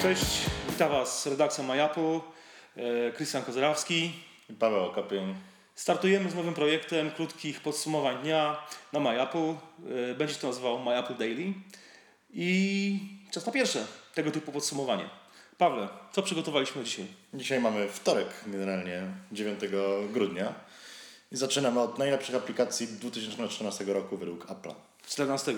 Cześć, witam Was redakcja MyApple, Krystian Kozrawski i Paweł Okopień. Startujemy z nowym projektem krótkich podsumowań dnia na MyApple. Będzie się to nazywało MyApple Daily i czas na pierwsze tego typu podsumowanie. Pawle, co przygotowaliśmy dzisiaj? Dzisiaj mamy wtorek, generalnie 9 grudnia i zaczynamy od najlepszych aplikacji 2014 roku według Apple'a. 14.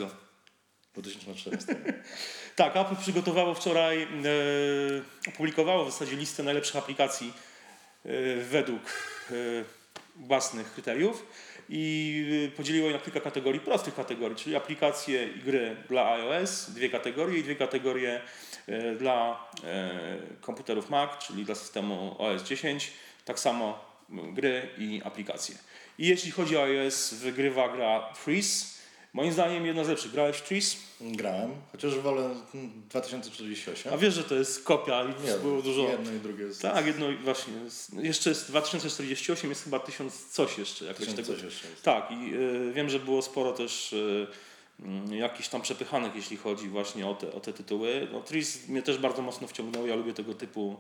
2014. Tak, Apple przygotowało wczoraj, opublikowało w zasadzie listę najlepszych aplikacji według własnych kryteriów i podzieliło je na kilka kategorii, prostych kategorii, czyli aplikacje i gry dla iOS, dwie kategorie i dwie kategorie dla komputerów Mac, czyli dla systemu OS X, tak samo gry i aplikacje. I jeśli chodzi o iOS, wygrywa gra Freeze. Moim zdaniem jedna z lepszych. Grałeś w Freeze? Grałem, chociaż wolę 2048. A wiesz, że to jest kopia i było dużo... Jedno i drugie jest... Tak, jedno właśnie. Jeszcze jest 2048, jest chyba 1000 coś jeszcze. Jakoś 1000 tego. coś jeszcze jest. Tak, i wiem, że było sporo też jakichś tam przepychanek, jeśli chodzi właśnie o te tytuły. No, Freeze mnie też bardzo mocno wciągnął, ja lubię tego typu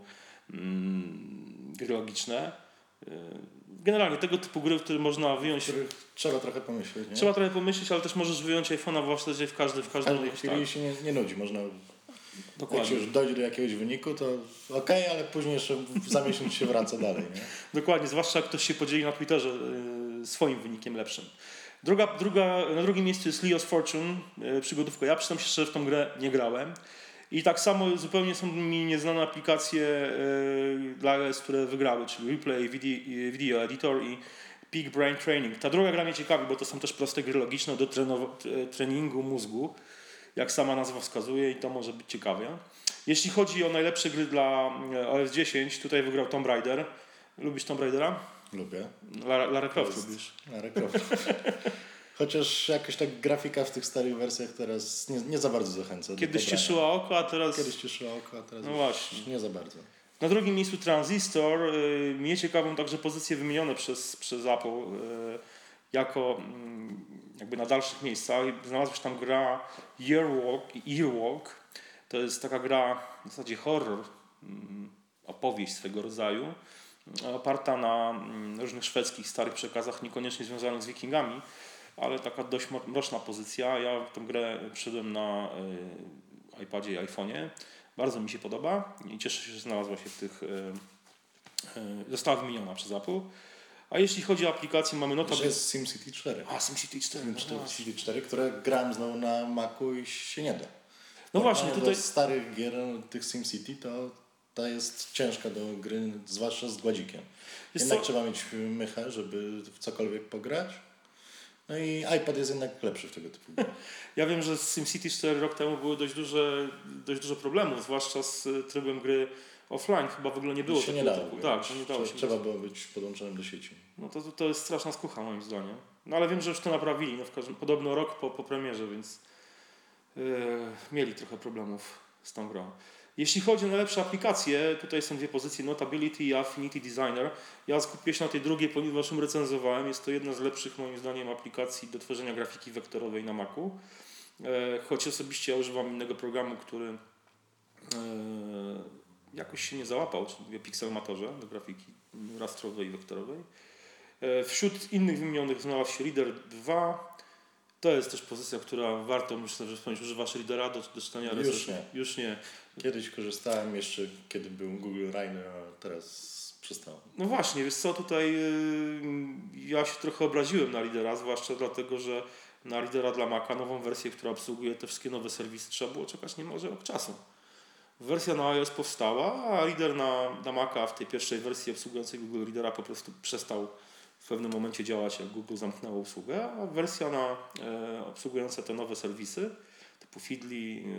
gry logiczne. Generalnie tego typu gry, które można wyjąć... Trzeba trochę pomyśleć, nie? Trzeba trochę pomyśleć, ale też możesz wyjąć iPhone'a w zasadzie w każdym chwili się nie nudzi. Można, dokładnie. Jak się już dojdzie do jakiegoś wyniku, to okej, ale później jeszcze za miesiąc się wraca dalej, nie? Dokładnie, zwłaszcza jak ktoś się podzieli na Twitterze swoim wynikiem lepszym. Na drugim miejscu jest Leo's Fortune, przygodówka. Ja przyznam się szczerze, w tą grę nie grałem. I tak samo zupełnie są mi nieznane aplikacje dla iOS, które wygrały, czyli Replay, Video Editor i Peak Brain Training. Ta druga gra mnie ciekawi, bo to są też proste gry logiczne do treningu mózgu, jak sama nazwa wskazuje, i to może być ciekawe. Jeśli chodzi o najlepsze gry dla OS X, tutaj wygrał Tomb Raider. Lubisz Tomb Raidera? Lubię. Lara Croft lubisz? Lara Croft. Chociaż jakoś tak grafika w tych starych wersjach teraz nie za bardzo zachęca. Kiedyś cieszyła oko, a teraz... No właśnie. Nie za bardzo. Na drugim miejscu Transistor. Mnie ciekawą także pozycje wymienione przez Apple jako jakby na dalszych miejscach. Znalazła się tam gra Earwalk. To jest taka gra, w zasadzie horror, opowieść swego rodzaju, oparta na różnych szwedzkich starych przekazach, niekoniecznie związanych z wikingami, ale taka dość mroczna pozycja. Ja tę grę przyszedłem na iPadzie i iPhone'ie. Bardzo mi się podoba i cieszę się, że znalazła się w tych... została wymieniona przez Apple. A jeśli chodzi o aplikacje, mamy To jest SimCity 4. SimCity 4. SimCity 4, które grałem znowu na Macu i się nie da. No właśnie, tutaj... Do starych gier, tych SimCity, to jest ciężka do gry, zwłaszcza z gładzikiem. Jednak trzeba mieć mychę, żeby w cokolwiek pograć. No i iPad jest jednak lepszy w tego typu gry. Ja wiem, że z SimCity 4 rok temu były dość dużo problemów, zwłaszcza z trybem gry offline. Chyba w ogóle nie było tego typu. Tak, że nie dało się. Trzeba było być podłączonym do sieci. No to jest straszna skucha moim zdaniem. No ale wiem, że już to naprawili. No podobno rok po premierze, więc mieli trochę problemów z tą grą. Jeśli chodzi o najlepsze aplikacje, tutaj są dwie pozycje, Notability i Affinity Designer. Ja skupię się na tej drugiej, ponieważ ją recenzowałem. Jest to jedna z lepszych moim zdaniem aplikacji do tworzenia grafiki wektorowej na Macu. Choć osobiście ja używam innego programu, który jakoś się nie załapał, czyli mówię Pixelmatorze do grafiki rastrowej i wektorowej. Wśród innych wymienionych znalazł się Reader 2. To jest też pozycja, która warto, myślę, że wspomnieć. Używasz Readera do czytania Już nie. Kiedyś korzystałem jeszcze, kiedy był Google Reader, a teraz przestałem. No właśnie, wiesz co, tutaj ja się trochę obraziłem na Readera, zwłaszcza dlatego, że na Readera dla Maca, nową wersję, która obsługuje te wszystkie nowe serwisy, trzeba było czekać niemalże rok czasu. Wersja na iOS powstała, a Reader na Maca w tej pierwszej wersji obsługującej Google Readera po prostu przestał w pewnym momencie działać, jak Google zamknęło usługę, a wersja obsługująca te nowe serwisy typu Feedly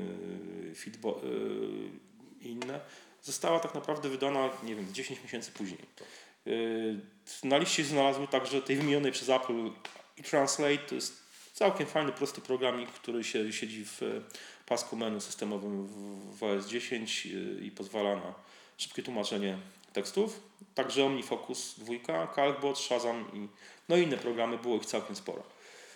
i inne została tak naprawdę wydana, 10 miesięcy później. Na liście znalazły także tej wymienionej przez Apple eTranslate. To jest całkiem fajny, prosty programik, który siedzi w pasku menu systemowym w OS X i pozwala na szybkie tłumaczenie tekstów. Także OmniFocus 2, Calcbot, Shazam i inne programy, było ich całkiem sporo.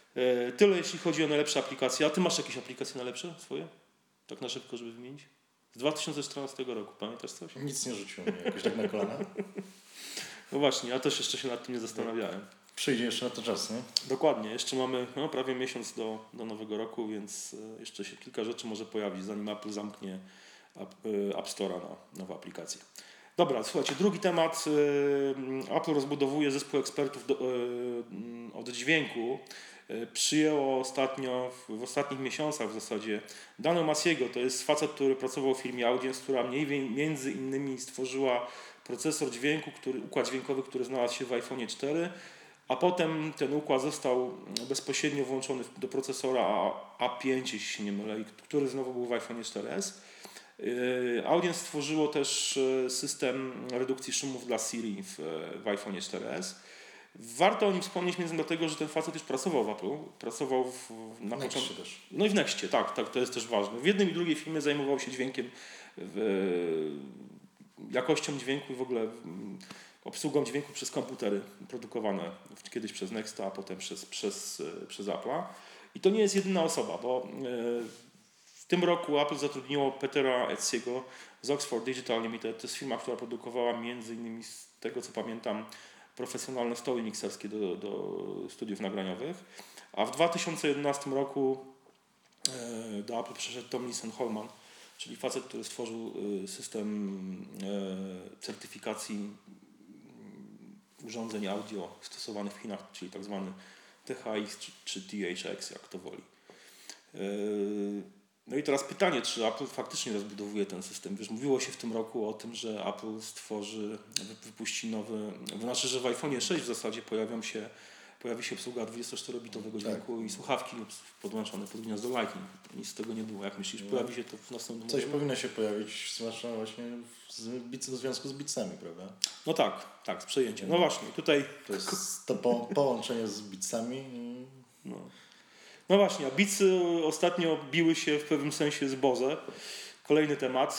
Tyle jeśli chodzi o najlepsze aplikacje. A ty masz jakieś aplikacje najlepsze swoje? Tak na szybko, żeby wymienić? Z 2014 roku, pamiętasz coś? Nic nie rzuciło mnie jakoś tak na kolana. No właśnie, ja też jeszcze się nad tym nie zastanawiałem. Przyjdzie jeszcze na to czas, nie? Dokładnie, jeszcze mamy prawie miesiąc do nowego roku, więc jeszcze się kilka rzeczy może pojawić, zanim Apple zamknie App Store'a na nowe aplikacje. Dobra, słuchajcie, drugi temat. Apple rozbudowuje zespół ekspertów od dźwięku. Przyjęło ostatnio, w ostatnich miesiącach w zasadzie, Dano Masiego. To jest facet, który pracował w firmie Audience, która między innymi stworzyła procesor dźwięku, układ dźwiękowy, który znalazł się w iPhone 4, a potem ten układ został bezpośrednio włączony do procesora A5, jeśli się nie mylę, który znowu był w iPhone 4S. Audience stworzyło też system redukcji szumów dla Siri w iPhone 4S. Warto o nim wspomnieć między innymi dlatego, że ten facet już pracował w Apple, pracował na początku. No i w Nexcie, tak, to jest też ważne. W jednym i drugiej firmie zajmował się dźwiękiem, jakością dźwięku i w ogóle obsługą dźwięku przez komputery produkowane kiedyś przez Nexta, a potem przez Apple'a. I to nie jest jedyna osoba, bo w tym roku Apple zatrudniło Petera Etziego z Oxford Digital Limited. To jest firma, która produkowała między innymi, z tego co pamiętam, profesjonalne stoły mikserskie do studiów nagraniowych. A w 2011 roku do Apple przyszedł Tomlinson Holman, czyli facet, który stworzył system certyfikacji urządzeń audio stosowanych w Chinach, czyli tak zwany THX czy THX, jak to woli. No i teraz pytanie, czy Apple faktycznie rozbudowuje ten system. Wiesz, mówiło się w tym roku o tym, że Apple wypuści nowy, znaczy, że w iPhone 6 w zasadzie pojawi się obsługa 24-bitowego dźwięku i słuchawki podłączone pod gniazdo Lightning. Nic z tego nie było. Jak myślisz, pojawi się to w następnym roku? Coś powinno się pojawić, zwłaszcza właśnie w związku z Beatsami, prawda? No tak, z przejęciem. No właśnie, tutaj... To jest to połączenie z Beatsami. No właśnie, a Beatsy ostatnio biły się w pewnym sensie z Bose. Kolejny temat.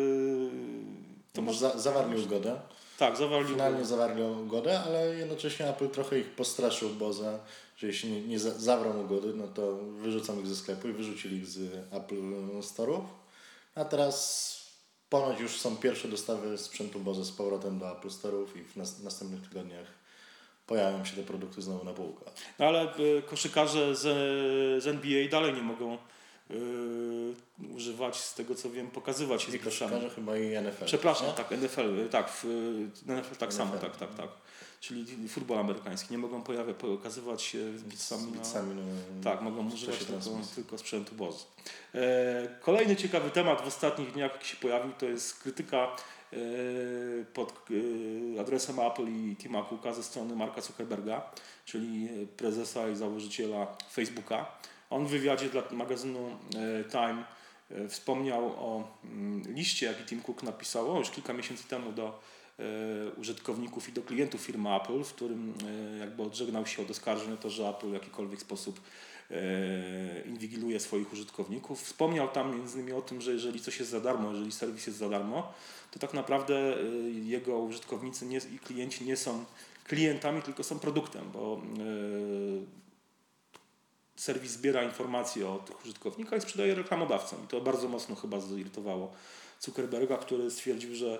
Zawarli ugodę. Tak, Finalnie zawarli ugodę, ale jednocześnie Apple trochę ich postraszył Bose, że jeśli nie zawrą ugody, no to wyrzucą ich ze sklepu i wyrzucili ich z Apple Store'ów. A teraz ponoć już są pierwsze dostawy sprzętu Bose z powrotem do Apple Store'ów i w następnych tygodniach pojawią się te produkty znowu na półkach. No ale koszykarze z NBA dalej nie mogą używać, z tego co wiem, pokazywać się z koszykarze chyba i NFL. Przepraszam, tak, NFL, tak, NFL tak samo, tak. Czyli futbol amerykański. Nie mogą pokazywać się z Beatsami. Tak, mogą używać tylko sprzętu Bose. Kolejny ciekawy temat w ostatnich dniach, jaki się pojawił, to jest krytyka pod adresem Apple i Tima Cooka ze strony Marka Zuckerberga, czyli prezesa i założyciela Facebooka. On w wywiadzie dla magazynu Time wspomniał o liście, jaki Tim Cook napisał już kilka miesięcy temu do użytkowników i do klientów firmy Apple, w którym jakby odżegnał się od oskarżeń o to, że Apple w jakikolwiek sposób inwigiluje swoich użytkowników. Wspomniał tam między innymi o tym, że jeżeli coś jest za darmo, jeżeli serwis jest za darmo, to tak naprawdę jego użytkownicy i klienci nie są klientami, tylko są produktem, bo serwis zbiera informacje o tych użytkownikach i sprzedaje reklamodawcom. I to bardzo mocno chyba zirytowało Zuckerberga, który stwierdził, że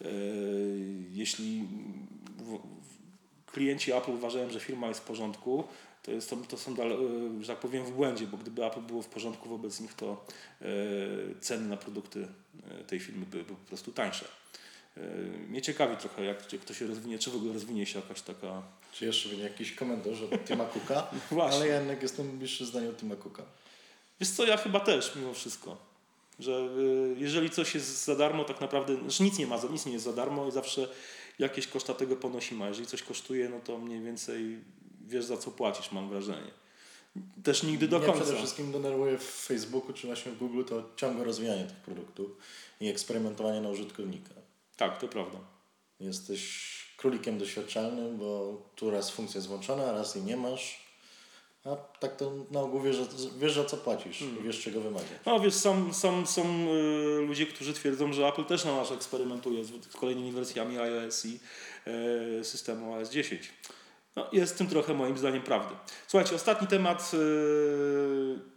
jeśli klienci Apple uważają, że firma jest w porządku, to są dalej, że tak powiem, w błędzie, bo gdyby Apple było w porządku wobec nich, to ceny na produkty tej firmy były po prostu tańsze. Mnie ciekawi trochę, jak to się rozwinie, czy w ogóle rozwinie się jakaś taka... Czy jeszcze będzie jakiś komentarz od Tima Cooka? Ale ja jednak jestem bliższy zdaniu od Tima Cooka. Wiesz co, ja chyba też mimo wszystko. Że jeżeli coś jest za darmo, tak naprawdę, znaczy nic nie jest za darmo i zawsze jakieś koszta tego ponosimy, a jeżeli coś kosztuje, no to mniej więcej wiesz, za co płacisz, mam wrażenie. Też nigdy do końca. Przede wszystkim denerwuje w Facebooku czy właśnie w Google to ciągłe rozwijanie tych produktów i eksperymentowanie na użytkownika. Tak, to prawda. Jesteś królikiem doświadczalnym, bo tu raz funkcja jest włączona, a raz jej nie masz. A tak to na ogół wiesz za co płacisz i wiesz czego wymagasz. No wiesz, są ludzie, którzy twierdzą, że Apple też na nas eksperymentuje z kolejnymi wersjami iOS i systemu OS 10. No, jest w tym trochę moim zdaniem prawdy. Słuchajcie, ostatni temat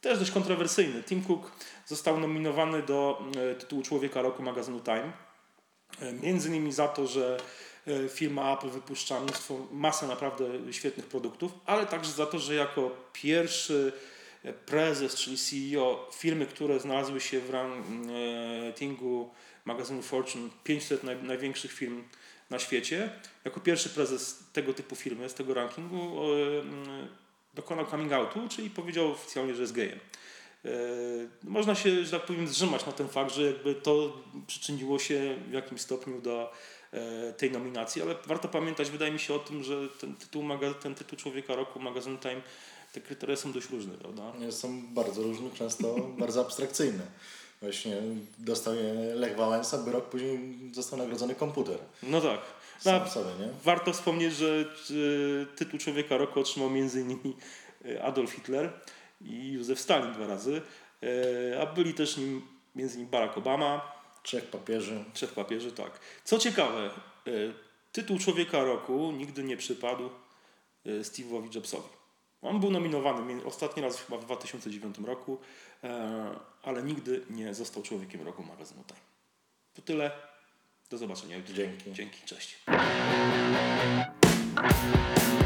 też dość kontrowersyjny. Tim Cook został nominowany do tytułu Człowieka Roku magazynu Time. Między innymi za to, że firma Apple wypuszcza masę naprawdę świetnych produktów, ale także za to, że jako pierwszy prezes, czyli CEO firmy, które znalazły się w rankingu magazynu Fortune 500 największych firm na świecie, jako pierwszy prezes tego typu firmy z tego rankingu dokonał coming outu, czyli powiedział oficjalnie, że jest gejem. Można się, że tak powiem, zrzymać na ten fakt, że jakby to przyczyniło się w jakimś stopniu do tej nominacji, ale warto pamiętać, wydaje mi się, o tym, że ten tytuł Człowieka Roku magazynu Time, te kryteria są dość różne, prawda? Są bardzo różne, często bardzo abstrakcyjne. Właśnie dostał je Lech Wałęsa, by rok później został nagrodzony komputer. No tak. Nie? Warto wspomnieć, że tytuł Człowieka Roku otrzymał m.in. Adolf Hitler i Józef Stalin 2 razy, a byli też nim m.in. Barack Obama. 3 papieży. 3 papieży, tak. Co ciekawe, tytuł Człowieka Roku nigdy nie przypadł Steve'owi Jobsowi. On był nominowany ostatni raz chyba w 2009 roku, ale nigdy nie został Człowiekiem Roku magazynu Time. To tyle. Do zobaczenia. Dzięki. Cześć.